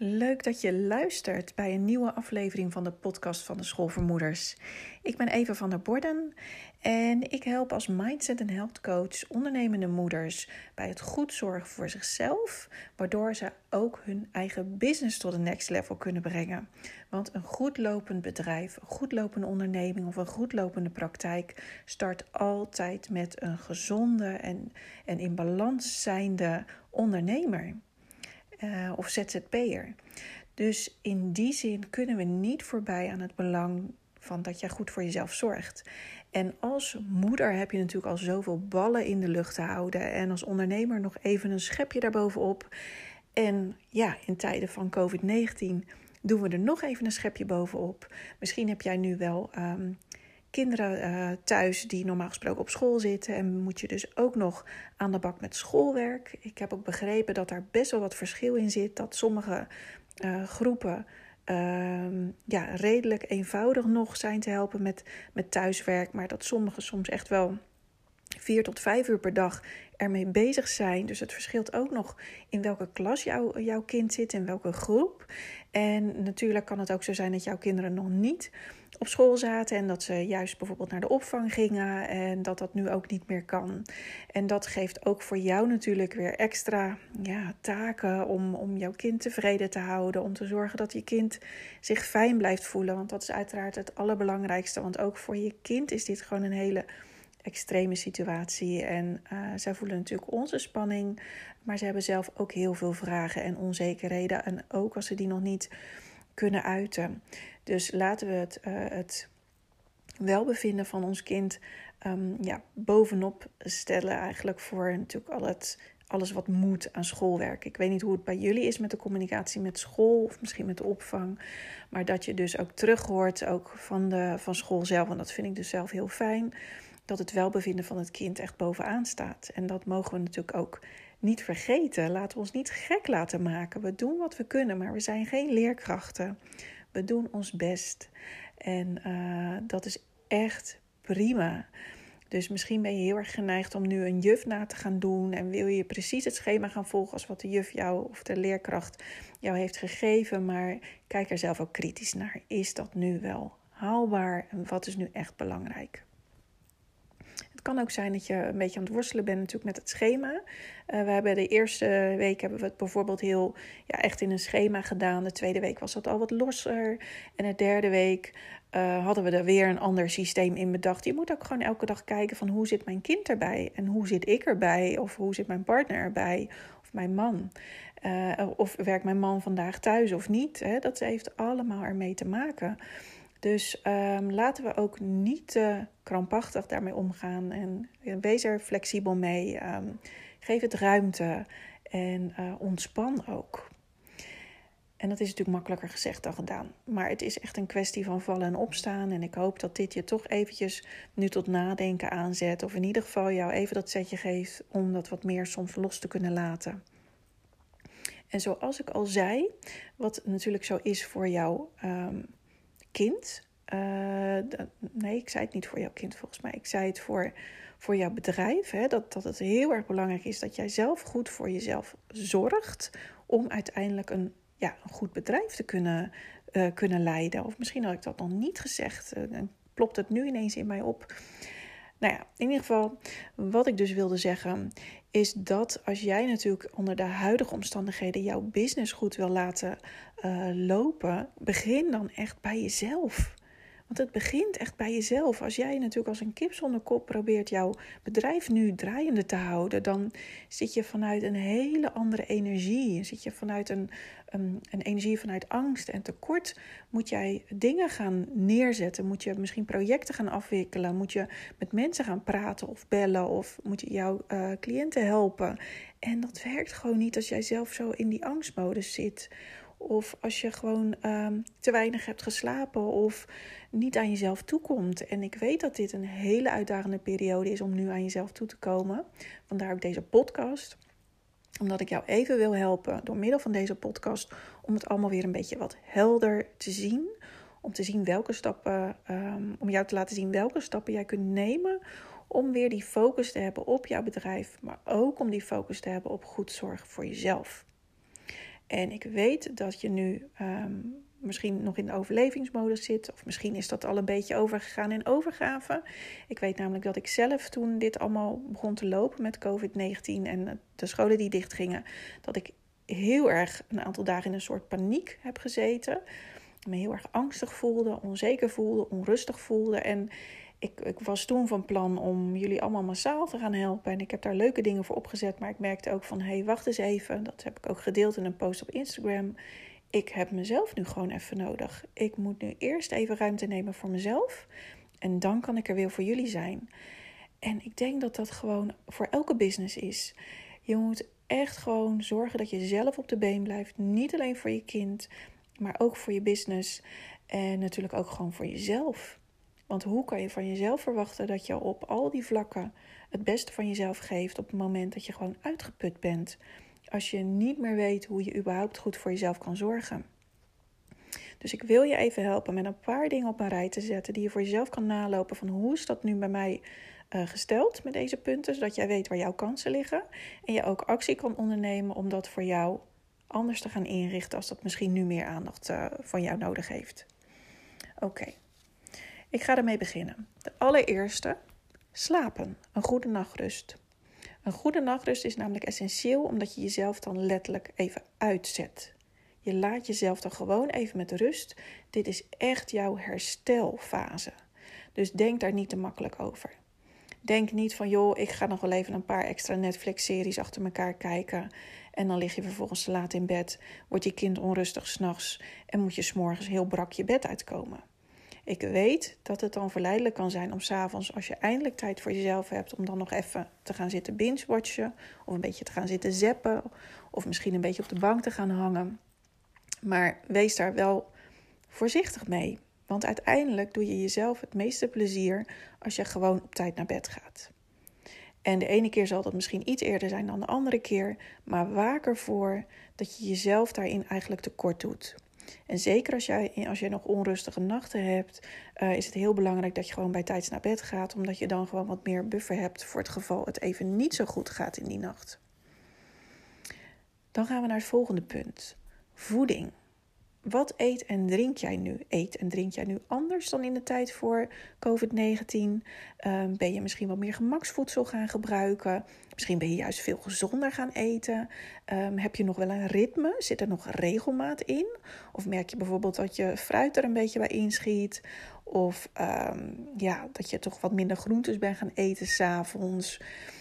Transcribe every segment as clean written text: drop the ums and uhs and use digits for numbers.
Leuk dat je luistert bij een nieuwe aflevering van de podcast van de School voor Moeders. Ik ben Eva van der Borden en ik help als mindset en health coach ondernemende moeders bij het goed zorgen voor zichzelf, waardoor ze ook hun eigen business tot een next level kunnen brengen. Want een goed lopend bedrijf, een goed lopende onderneming of een goed lopende praktijk start altijd met een gezonde en in balans zijnde ondernemer. Of ZZP'er. Dus in die zin kunnen we niet voorbij aan het belang van dat jij goed voor jezelf zorgt. En als moeder heb je natuurlijk al zoveel ballen in de lucht te houden. En als ondernemer nog even een schepje daarbovenop. En ja, in tijden van COVID-19 doen we er nog even een schepje bovenop. Misschien heb jij nu wel kinderen thuis die normaal gesproken op school zitten. En moet je dus ook nog aan de bak met schoolwerk. Ik heb ook begrepen dat daar best wel wat verschil in zit. Dat sommige groepen redelijk eenvoudig nog zijn te helpen met thuiswerk. Maar dat sommigen soms echt wel 4 tot 5 uur per dag ermee bezig zijn. Dus het verschilt ook nog in welke klas jouw kind zit, in welke groep. En natuurlijk kan het ook zo zijn dat jouw kinderen nog niet op school zaten en dat ze juist bijvoorbeeld naar de opvang gingen en dat nu ook niet meer kan. En dat geeft ook voor jou natuurlijk weer extra taken om jouw kind tevreden te houden, om te zorgen dat je kind zich fijn blijft voelen. Want dat is uiteraard het allerbelangrijkste, want ook voor je kind is dit gewoon een hele extreme situatie. En zij voelen natuurlijk onze spanning, maar ze hebben zelf ook heel veel vragen en onzekerheden. En ook als ze die nog niet kunnen uiten. Dus laten we het welbevinden van ons kind bovenop stellen. Eigenlijk voor natuurlijk alles wat moet aan schoolwerk. Ik weet niet hoe het bij jullie is met de communicatie met school of misschien met de opvang. Maar dat je dus ook terug hoort ook van school zelf. En dat vind ik dus zelf heel fijn. Dat het welbevinden van het kind echt bovenaan staat. En dat mogen we natuurlijk ook niet vergeten. Laten we ons niet gek laten maken. We doen wat we kunnen, maar we zijn geen leerkrachten. We doen ons best. En dat is echt prima. Dus misschien ben je heel erg geneigd om nu een juf na te gaan doen. En wil je precies het schema gaan volgen als wat de juf jou of de leerkracht jou heeft gegeven. Maar kijk er zelf ook kritisch naar. Is dat nu wel haalbaar? En wat is nu echt belangrijk? Het kan ook zijn dat je een beetje aan het worstelen bent natuurlijk met het schema. We hebben de eerste week hebben we het bijvoorbeeld heel echt in een schema gedaan. De tweede week was dat al wat losser. En de derde week hadden we er weer een ander systeem in bedacht. Je moet ook gewoon elke dag kijken van hoe zit mijn kind erbij? En hoe zit ik erbij? Of hoe zit mijn partner erbij? Of mijn man? Of werkt mijn man vandaag thuis of niet? Hè? Dat heeft allemaal ermee te maken. Dus laten we ook niet krampachtig daarmee omgaan. En wees er flexibel mee. Geef het ruimte. En ontspan ook. En dat is natuurlijk makkelijker gezegd dan gedaan. Maar het is echt een kwestie van vallen en opstaan. En ik hoop dat dit je toch eventjes nu tot nadenken aanzet. Of in ieder geval jou even dat zetje geeft om dat wat meer soms los te kunnen laten. En zoals ik al zei, wat natuurlijk zo is voor jouw kind. Nee, ik zei het niet voor jouw kind volgens mij. Ik zei het voor jouw bedrijf. Hè, dat het heel erg belangrijk is dat jij zelf goed voor jezelf zorgt. Om uiteindelijk een goed bedrijf te kunnen leiden. Of misschien had ik dat nog niet gezegd. Dan plopt het nu ineens in mij op. Nou ja, in ieder geval, wat ik dus wilde zeggen, is dat als jij natuurlijk onder de huidige omstandigheden jouw business goed wil laten lopen, begin dan echt bij jezelf. Want het begint echt bij jezelf. Als jij natuurlijk als een kip zonder kop probeert jouw bedrijf nu draaiende te houden, dan zit je vanuit een hele andere energie. Zit je vanuit een energie vanuit angst en tekort. Moet jij dingen gaan neerzetten? Moet je misschien projecten gaan afwikkelen? Moet je met mensen gaan praten of bellen? Of moet je jouw cliënten helpen? En dat werkt gewoon niet als jij zelf zo in die angstmodus zit. Of als je gewoon te weinig hebt geslapen of niet aan jezelf toekomt. En ik weet dat dit een hele uitdagende periode is om nu aan jezelf toe te komen. Vandaar ook deze podcast. Omdat ik jou even wil helpen door middel van deze podcast om het allemaal weer een beetje wat helder te zien. Om te zien welke stappen, om jou te laten zien welke stappen jij kunt nemen om weer die focus te hebben op jouw bedrijf. Maar ook om die focus te hebben op goed zorgen voor jezelf. En ik weet dat je nu misschien nog in de overlevingsmodus zit. Of misschien is dat al een beetje overgegaan in overgave. Ik weet namelijk dat ik zelf, toen dit allemaal begon te lopen met COVID-19 en de scholen die dichtgingen, dat ik heel erg een aantal dagen in een soort paniek heb gezeten. Me heel erg angstig voelde, onzeker voelde, onrustig voelde. En ik was toen van plan om jullie allemaal massaal te gaan helpen. En ik heb daar leuke dingen voor opgezet. Maar ik merkte ook van, hey, wacht eens even. Dat heb ik ook gedeeld in een post op Instagram. Ik heb mezelf nu gewoon even nodig. Ik moet nu eerst even ruimte nemen voor mezelf. En dan kan ik er weer voor jullie zijn. En ik denk dat dat gewoon voor elke business is. Je moet echt gewoon zorgen dat je zelf op de been blijft. Niet alleen voor je kind, maar ook voor je business. En natuurlijk ook gewoon voor jezelf. Want hoe kan je van jezelf verwachten dat je op al die vlakken het beste van jezelf geeft op het moment dat je gewoon uitgeput bent? Als je niet meer weet hoe je überhaupt goed voor jezelf kan zorgen. Dus ik wil je even helpen met een paar dingen op een rij te zetten die je voor jezelf kan nalopen van hoe is dat nu bij mij gesteld met deze punten, zodat jij weet waar jouw kansen liggen en je ook actie kan ondernemen om dat voor jou anders te gaan inrichten als dat misschien nu meer aandacht van jou nodig heeft. Oké. Ik ga ermee beginnen. De allereerste, slapen. Een goede nachtrust. Een goede nachtrust is namelijk essentieel omdat je jezelf dan letterlijk even uitzet. Je laat jezelf dan gewoon even met rust. Dit is echt jouw herstelfase. Dus denk daar niet te makkelijk over. Denk niet van, joh, ik ga nog wel even een paar extra Netflix-series achter elkaar kijken. En dan lig je vervolgens te laat in bed, wordt je kind onrustig 's nachts en moet je 's morgens heel brak je bed uitkomen. Ik weet dat het dan verleidelijk kan zijn om 's avonds, als je eindelijk tijd voor jezelf hebt, om dan nog even te gaan zitten binge-watchen. Of een beetje te gaan zitten zappen. Of misschien een beetje op de bank te gaan hangen. Maar wees daar wel voorzichtig mee. Want uiteindelijk doe je jezelf het meeste plezier als je gewoon op tijd naar bed gaat. En de ene keer zal dat misschien iets eerder zijn dan de andere keer. Maar waak ervoor dat je jezelf daarin eigenlijk tekort doet. En zeker als je nog onrustige nachten hebt, is het heel belangrijk dat je gewoon bij tijds naar bed gaat. Omdat je dan gewoon wat meer buffer hebt voor het geval het even niet zo goed gaat in die nacht. Dan gaan we naar het volgende punt. Voeding. Wat eet en drink jij nu? Eet en drink jij nu anders dan in de tijd voor COVID-19? Ben je misschien wat meer gemaksvoedsel gaan gebruiken? Misschien ben je juist veel gezonder gaan eten. Heb je nog wel een ritme? Zit er nog regelmaat in? Of merk je bijvoorbeeld dat je fruit er een beetje bij inschiet? Of dat je toch wat minder groentes bent gaan eten 's avonds?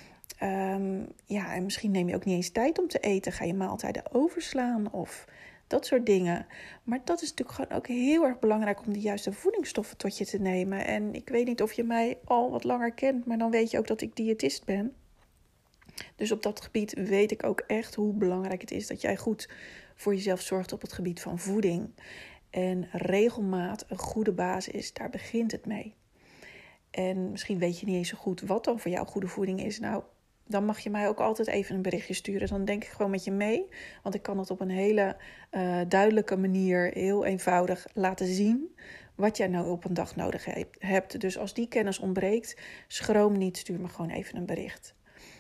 En misschien neem je ook niet eens tijd om te eten. Ga je maaltijden overslaan of dat soort dingen. Maar dat is natuurlijk gewoon ook heel erg belangrijk om de juiste voedingsstoffen tot je te nemen. En ik weet niet of je mij al wat langer kent, maar dan weet je ook dat ik diëtist ben. Dus op dat gebied weet ik ook echt hoe belangrijk het is dat jij goed voor jezelf zorgt op het gebied van voeding. En regelmaat een goede basis, daar begint het mee. En misschien weet je niet eens zo goed wat dan voor jou goede voeding is. Nou, dan mag je mij ook altijd even een berichtje sturen. Dan denk ik gewoon met je mee. Want ik kan het op een hele duidelijke manier, heel eenvoudig laten zien wat jij nou op een dag nodig hebt. Dus als die kennis ontbreekt, schroom niet, stuur me gewoon even een bericht.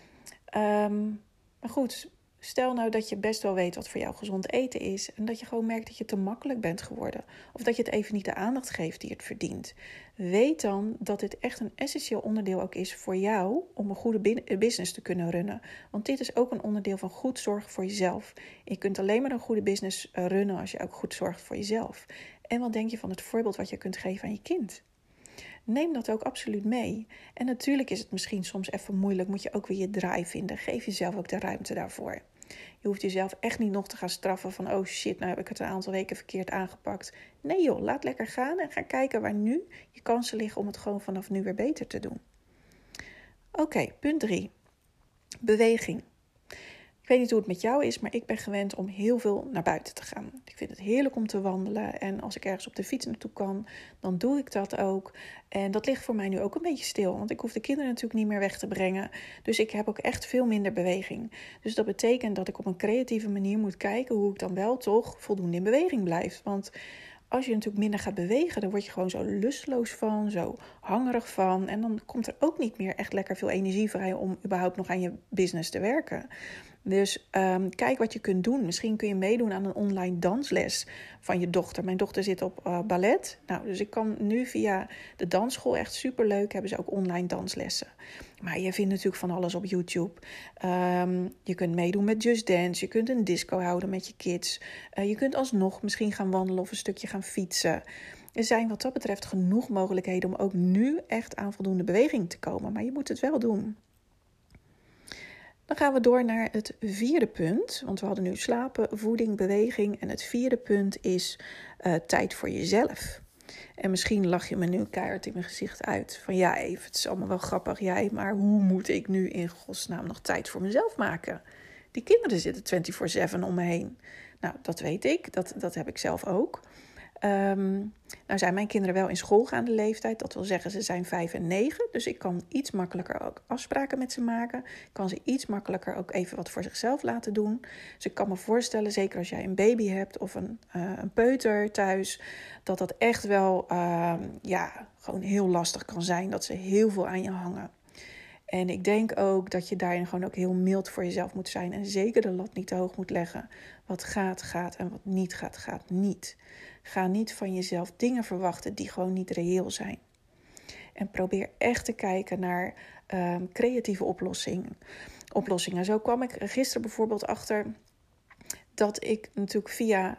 Maar goed, stel nou dat je best wel weet wat voor jou gezond eten is. En dat je gewoon merkt dat je te makkelijk bent geworden. Of dat je het even niet de aandacht geeft die het verdient. Weet dan dat dit echt een essentieel onderdeel ook is voor jou om een goede business te kunnen runnen. Want dit is ook een onderdeel van goed zorgen voor jezelf. Je kunt alleen maar een goede business runnen als je ook goed zorgt voor jezelf. En wat denk je van het voorbeeld wat je kunt geven aan je kind? Neem dat ook absoluut mee. En natuurlijk is het misschien soms even moeilijk. Moet je ook weer je draai vinden. Geef jezelf ook de ruimte daarvoor. Je hoeft jezelf echt niet nog te gaan straffen van, oh shit, nou heb ik het een aantal weken verkeerd aangepakt. Nee joh, laat lekker gaan en ga kijken waar nu je kansen liggen om het gewoon vanaf nu weer beter te doen. Oké, punt 3. Beweging. Ik weet niet hoe het met jou is, maar ik ben gewend om heel veel naar buiten te gaan. Ik vind het heerlijk om te wandelen en als ik ergens op de fiets naartoe kan, dan doe ik dat ook. En dat ligt voor mij nu ook een beetje stil, want ik hoef de kinderen natuurlijk niet meer weg te brengen. Dus ik heb ook echt veel minder beweging. Dus dat betekent dat ik op een creatieve manier moet kijken hoe ik dan wel toch voldoende in beweging blijf. Want als je natuurlijk minder gaat bewegen, dan word je gewoon zo lusteloos van, zo hangerig van. En dan komt er ook niet meer echt lekker veel energie vrij om überhaupt nog aan je business te werken. Dus kijk wat je kunt doen. Misschien kun je meedoen aan een online dansles van je dochter. Mijn dochter zit op ballet. Nou, dus ik kan nu via de dansschool, echt superleuk, hebben ze ook online danslessen. Maar je vindt natuurlijk van alles op YouTube. Je kunt meedoen met Just Dance. Je kunt een disco houden met je kids. Je kunt alsnog misschien gaan wandelen of een stukje gaan fietsen. Er zijn wat dat betreft genoeg mogelijkheden om ook nu echt aan voldoende beweging te komen. Maar je moet het wel doen. Dan gaan we door naar het 4e punt. Want we hadden nu slapen, voeding, beweging. En het 4e punt is tijd voor jezelf. En misschien lach je me nu keihard in mijn gezicht uit. Van ja, Eve, het is allemaal wel grappig jij. Maar hoe moet ik nu in godsnaam nog tijd voor mezelf maken? Die kinderen zitten 24/7 om me heen. Nou, dat weet ik. Dat heb ik zelf ook. Nou zijn mijn kinderen wel in schoolgaande leeftijd. Dat wil zeggen, ze zijn 5 en 9. Dus ik kan iets makkelijker ook afspraken met ze maken. Ik kan ze iets makkelijker ook even wat voor zichzelf laten doen. Dus ik kan me voorstellen, zeker als jij een baby hebt of een peuter thuis, dat echt wel gewoon heel lastig kan zijn. Dat ze heel veel aan je hangen. En ik denk ook dat je daarin gewoon ook heel mild voor jezelf moet zijn. En zeker de lat niet te hoog moet leggen. Wat gaat, gaat. En wat niet gaat, gaat niet. Ga niet van jezelf dingen verwachten die gewoon niet reëel zijn. En probeer echt te kijken naar creatieve oplossingen. Zo kwam ik gisteren bijvoorbeeld achter dat ik natuurlijk via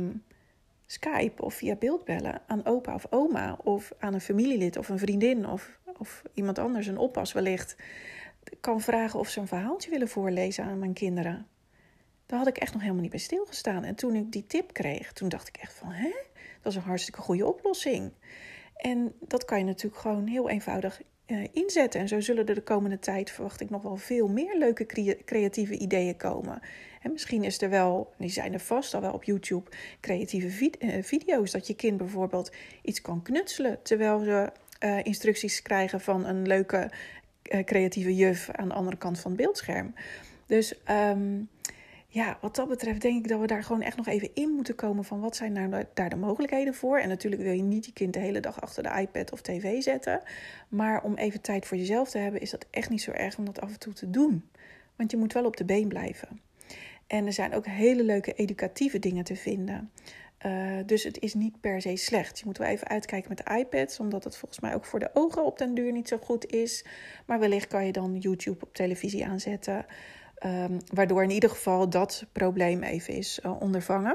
Skype of via beeldbellen aan opa of oma of aan een familielid of een vriendin of iemand anders, een oppas wellicht, kan vragen of ze een verhaaltje willen voorlezen aan mijn kinderen. Daar had ik echt nog helemaal niet bij stilgestaan. En toen ik die tip kreeg, toen dacht ik echt van, dat is een hartstikke goede oplossing. En dat kan je natuurlijk gewoon heel eenvoudig inzetten. En zo zullen er de komende tijd, verwacht ik, nog wel veel meer leuke creatieve ideeën komen. En misschien is er wel, die zijn er vast al wel op YouTube, creatieve video's. Dat je kind bijvoorbeeld iets kan knutselen terwijl ze instructies krijgen van een leuke creatieve juf aan de andere kant van het beeldscherm. Dus wat dat betreft denk ik dat we daar gewoon echt nog even in moeten komen van wat zijn nou daar de mogelijkheden voor. En natuurlijk wil je niet je kind de hele dag achter de iPad of tv zetten. Maar om even tijd voor jezelf te hebben is dat echt niet zo erg om dat af en toe te doen. Want je moet wel op de been blijven. En er zijn ook hele leuke educatieve dingen te vinden. Dus het is niet per se slecht. Je moet wel even uitkijken met de iPads, omdat het volgens mij ook voor de ogen op den duur niet zo goed is. Maar wellicht kan je dan YouTube op televisie aanzetten. Waardoor in ieder geval dat probleem even is ondervangen.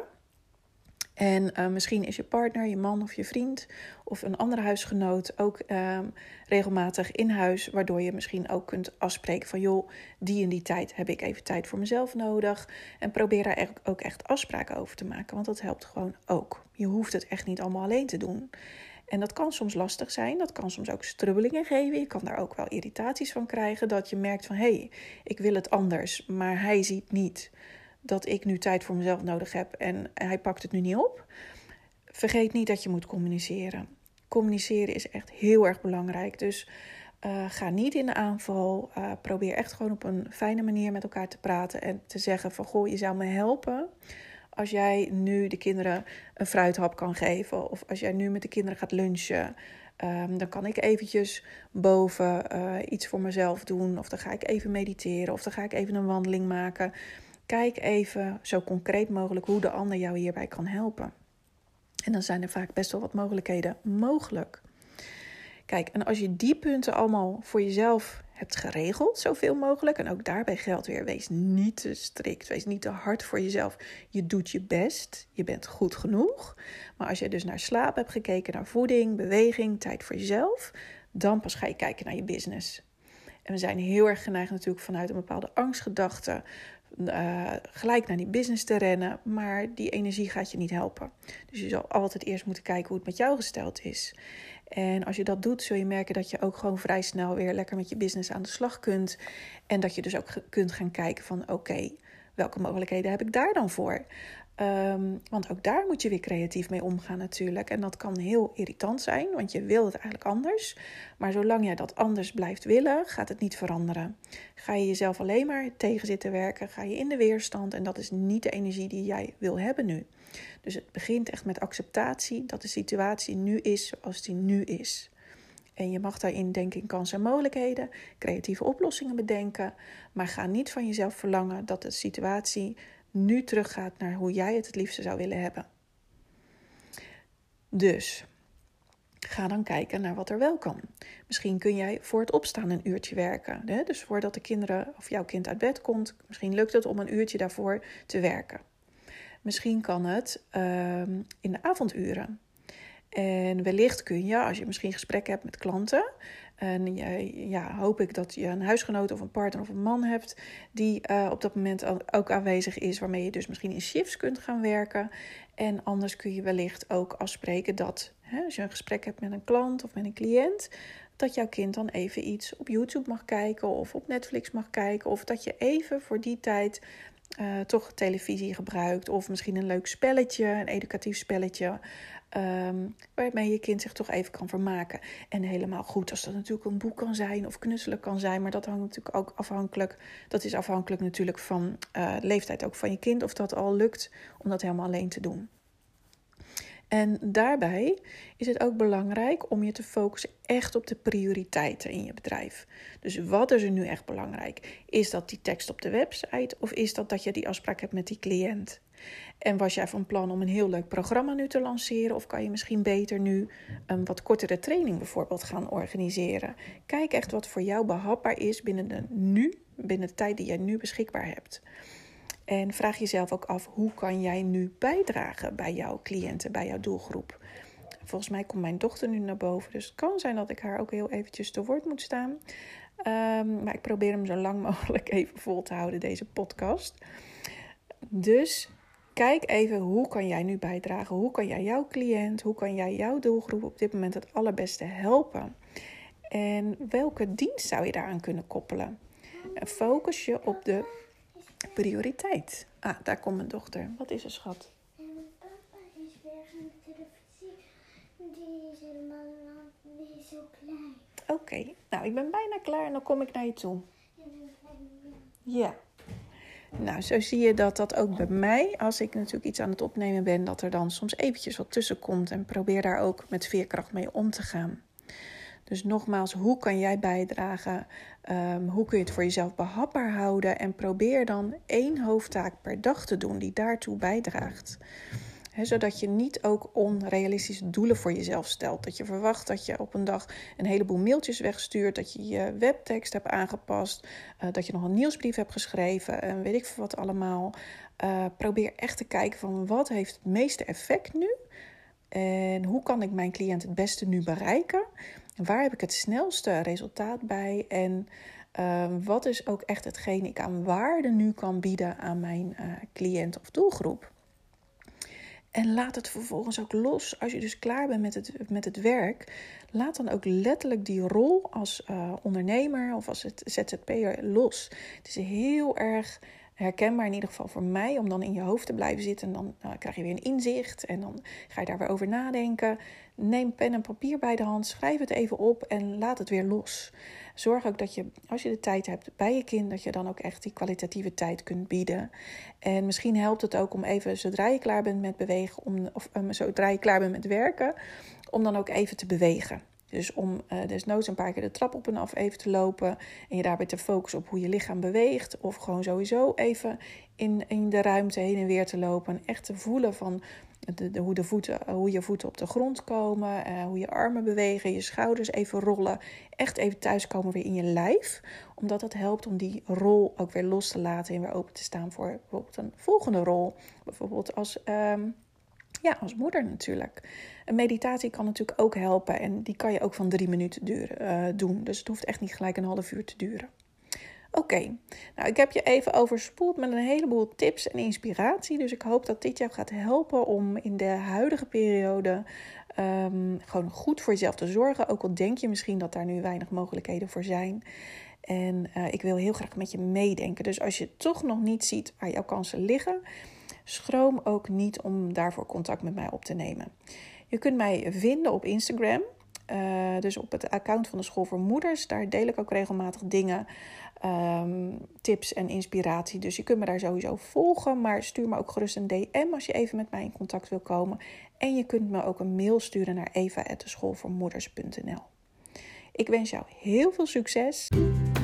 En misschien is je partner, je man of je vriend of een andere huisgenoot ook regelmatig in huis. Waardoor je misschien ook kunt afspreken van joh, die en die tijd heb ik even tijd voor mezelf nodig. En probeer daar ook echt afspraken over te maken, want dat helpt gewoon ook. Je hoeft het echt niet allemaal alleen te doen. En dat kan soms lastig zijn, dat kan soms ook strubbelingen geven. Je kan daar ook wel irritaties van krijgen, dat je merkt van ik wil het anders, maar hij ziet niet dat ik nu tijd voor mezelf nodig heb en hij pakt het nu niet op. Vergeet niet dat je moet communiceren. Communiceren is echt heel erg belangrijk, dus ga niet in de aanval. Probeer echt gewoon op een fijne manier met elkaar te praten en te zeggen van goh, je zou me helpen als jij nu de kinderen een fruithap kan geven. Of als jij nu met de kinderen gaat lunchen. Dan kan ik eventjes boven iets voor mezelf doen. Of dan ga ik even mediteren. Of dan ga ik even een wandeling maken. Kijk even zo concreet mogelijk hoe de ander jou hierbij kan helpen. En dan zijn er vaak best wel wat mogelijkheden mogelijk. Kijk, en als je die punten allemaal voor jezelf hebt geregeld, zoveel mogelijk. En ook daarbij geldt weer, wees niet te strikt, wees niet te hard voor jezelf. Je doet je best, je bent goed genoeg. Maar als je dus naar slaap hebt gekeken, naar voeding, beweging, tijd voor jezelf, dan pas ga je kijken naar je business. En we zijn heel erg geneigd natuurlijk vanuit een bepaalde angstgedachte gelijk naar die business te rennen, maar die energie gaat je niet helpen. Dus je zal altijd eerst moeten kijken hoe het met jou gesteld is. En als je dat doet, zul je merken dat je ook gewoon vrij snel weer lekker met je business aan de slag kunt. En dat je dus ook kunt gaan kijken van oké, welke mogelijkheden heb ik daar dan voor? Want ook daar moet je weer creatief mee omgaan natuurlijk. En dat kan heel irritant zijn, want je wil het eigenlijk anders. Maar zolang jij dat anders blijft willen, gaat het niet veranderen. Ga je jezelf alleen maar tegen zitten werken, ga je in de weerstand. En dat is niet de energie die jij wil hebben nu. Dus het begint echt met acceptatie dat de situatie nu is zoals die nu is. En je mag daarin denken in kansen en mogelijkheden, creatieve oplossingen bedenken. Maar ga niet van jezelf verlangen dat de situatie nu teruggaat naar hoe jij het liefste zou willen hebben. Dus ga dan kijken naar wat er wel kan. Misschien kun jij voor het opstaan een uurtje werken. Hè? Dus voordat de kinderen of jouw kind uit bed komt, misschien lukt het om een uurtje daarvoor te werken. Misschien kan het in de avonduren. En wellicht kun je, als je misschien gesprekken hebt met klanten, en hoop ik dat je een huisgenoot of een partner of een man hebt die op dat moment ook aanwezig is, waarmee je dus misschien in shifts kunt gaan werken. En anders kun je wellicht ook afspreken dat, als je een gesprek hebt met een klant of met een cliënt, dat jouw kind dan even iets op YouTube mag kijken of op Netflix mag kijken. Of dat je even voor die tijd toch televisie gebruikt. Of misschien een leuk spelletje, een educatief spelletje. Waarmee je kind zich toch even kan vermaken. En helemaal goed als dat natuurlijk een boek kan zijn of knutselen kan zijn. Maar dat hangt natuurlijk ook afhankelijk. Dat is afhankelijk natuurlijk van de leeftijd ook van je kind. Of dat al lukt om dat helemaal alleen te doen. En daarbij is het ook belangrijk om je te focussen echt op de prioriteiten in je bedrijf. Dus wat is er nu echt belangrijk? Is dat die tekst op de website of is dat je die afspraak hebt met die cliënt? En was jij van plan om een heel leuk programma nu te lanceren? Of kan je misschien beter nu een wat kortere training bijvoorbeeld gaan organiseren? Kijk echt wat voor jou behapbaar is binnen de tijd die jij nu beschikbaar hebt. En vraag jezelf ook af, hoe kan jij nu bijdragen bij jouw cliënten, bij jouw doelgroep? Volgens mij komt mijn dochter nu naar boven, dus het kan zijn dat ik haar ook heel eventjes te woord moet staan. Maar ik probeer hem zo lang mogelijk even vol te houden, deze podcast. Dus kijk even, hoe kan jij nu bijdragen? Hoe kan jij jouw cliënt, hoe kan jij jouw doelgroep op dit moment het allerbeste helpen? En welke dienst zou je daaraan kunnen koppelen? En focus je op de prioriteit. Daar komt mijn dochter. Wat is er, schat? En mijn papa is weg aan de televisie. Die is zo klein. Oké, nou ik ben bijna klaar en dan kom ik naar je toe. Ja. Nou, zo zie je dat ook bij mij, als ik natuurlijk iets aan het opnemen ben, dat er dan soms eventjes wat tussen komt. En probeer daar ook met veerkracht mee om te gaan. Dus nogmaals, hoe kan jij bijdragen? Hoe kun je het voor jezelf behapbaar houden? En probeer dan 1 hoofdtaak per dag te doen die daartoe bijdraagt. Zodat je niet ook onrealistische doelen voor jezelf stelt. Dat je verwacht dat je op een dag een heleboel mailtjes wegstuurt. Dat je je webtekst hebt aangepast. Dat je nog een nieuwsbrief hebt geschreven. En weet ik veel wat allemaal. Probeer echt te kijken van wat heeft het meeste effect nu? En hoe kan ik mijn cliënt het beste nu bereiken? Waar heb ik het snelste resultaat bij? En wat is ook echt hetgeen ik aan waarde nu kan bieden aan mijn cliënt of doelgroep? En laat het vervolgens ook los. Als je dus klaar bent met het werk, laat dan ook letterlijk die rol als ondernemer of als het ZZP'er los. Het is heel erg herkenbaar, in ieder geval voor mij, om dan in je hoofd te blijven zitten. En dan krijg je weer een inzicht en dan ga je daar weer over nadenken. Neem pen en papier bij de hand, schrijf het even op en laat het weer los. Zorg ook dat je, als je de tijd hebt bij je kind, dat je dan ook echt die kwalitatieve tijd kunt bieden. En misschien helpt het ook om even, zodra je klaar bent met bewegen, zodra je klaar bent met werken, om dan ook even te bewegen. Dus om desnoods een paar keer de trap op en af even te lopen en je daarbij te focussen op hoe je lichaam beweegt. Of gewoon sowieso even in de ruimte heen en weer te lopen en echt te voelen van hoe je voeten op de grond komen, hoe je armen bewegen, je schouders even rollen. Echt even thuiskomen weer in je lijf. Omdat dat helpt om die rol ook weer los te laten en weer open te staan voor bijvoorbeeld een volgende rol. Bijvoorbeeld als moeder natuurlijk. Een meditatie kan natuurlijk ook helpen en die kan je ook van 3 minuten doen. Dus het hoeft echt niet gelijk een half uur te duren. Oké, nou ik heb je even overspoeld met een heleboel tips en inspiratie. Dus ik hoop dat dit jou gaat helpen om in de huidige periode gewoon goed voor jezelf te zorgen. Ook al denk je misschien dat daar nu weinig mogelijkheden voor zijn. En ik wil heel graag met je meedenken. Dus als je toch nog niet ziet waar jouw kansen liggen, schroom ook niet om daarvoor contact met mij op te nemen. Je kunt mij vinden op Instagram. Dus op het account van de School voor Moeders. Daar deel ik ook regelmatig dingen, tips en inspiratie. Dus je kunt me daar sowieso volgen. Maar stuur me ook gerust een DM als je even met mij in contact wil komen. En je kunt me ook een mail sturen naar eva@schoolvoormoeders.nl. Ik wens jou heel veel succes.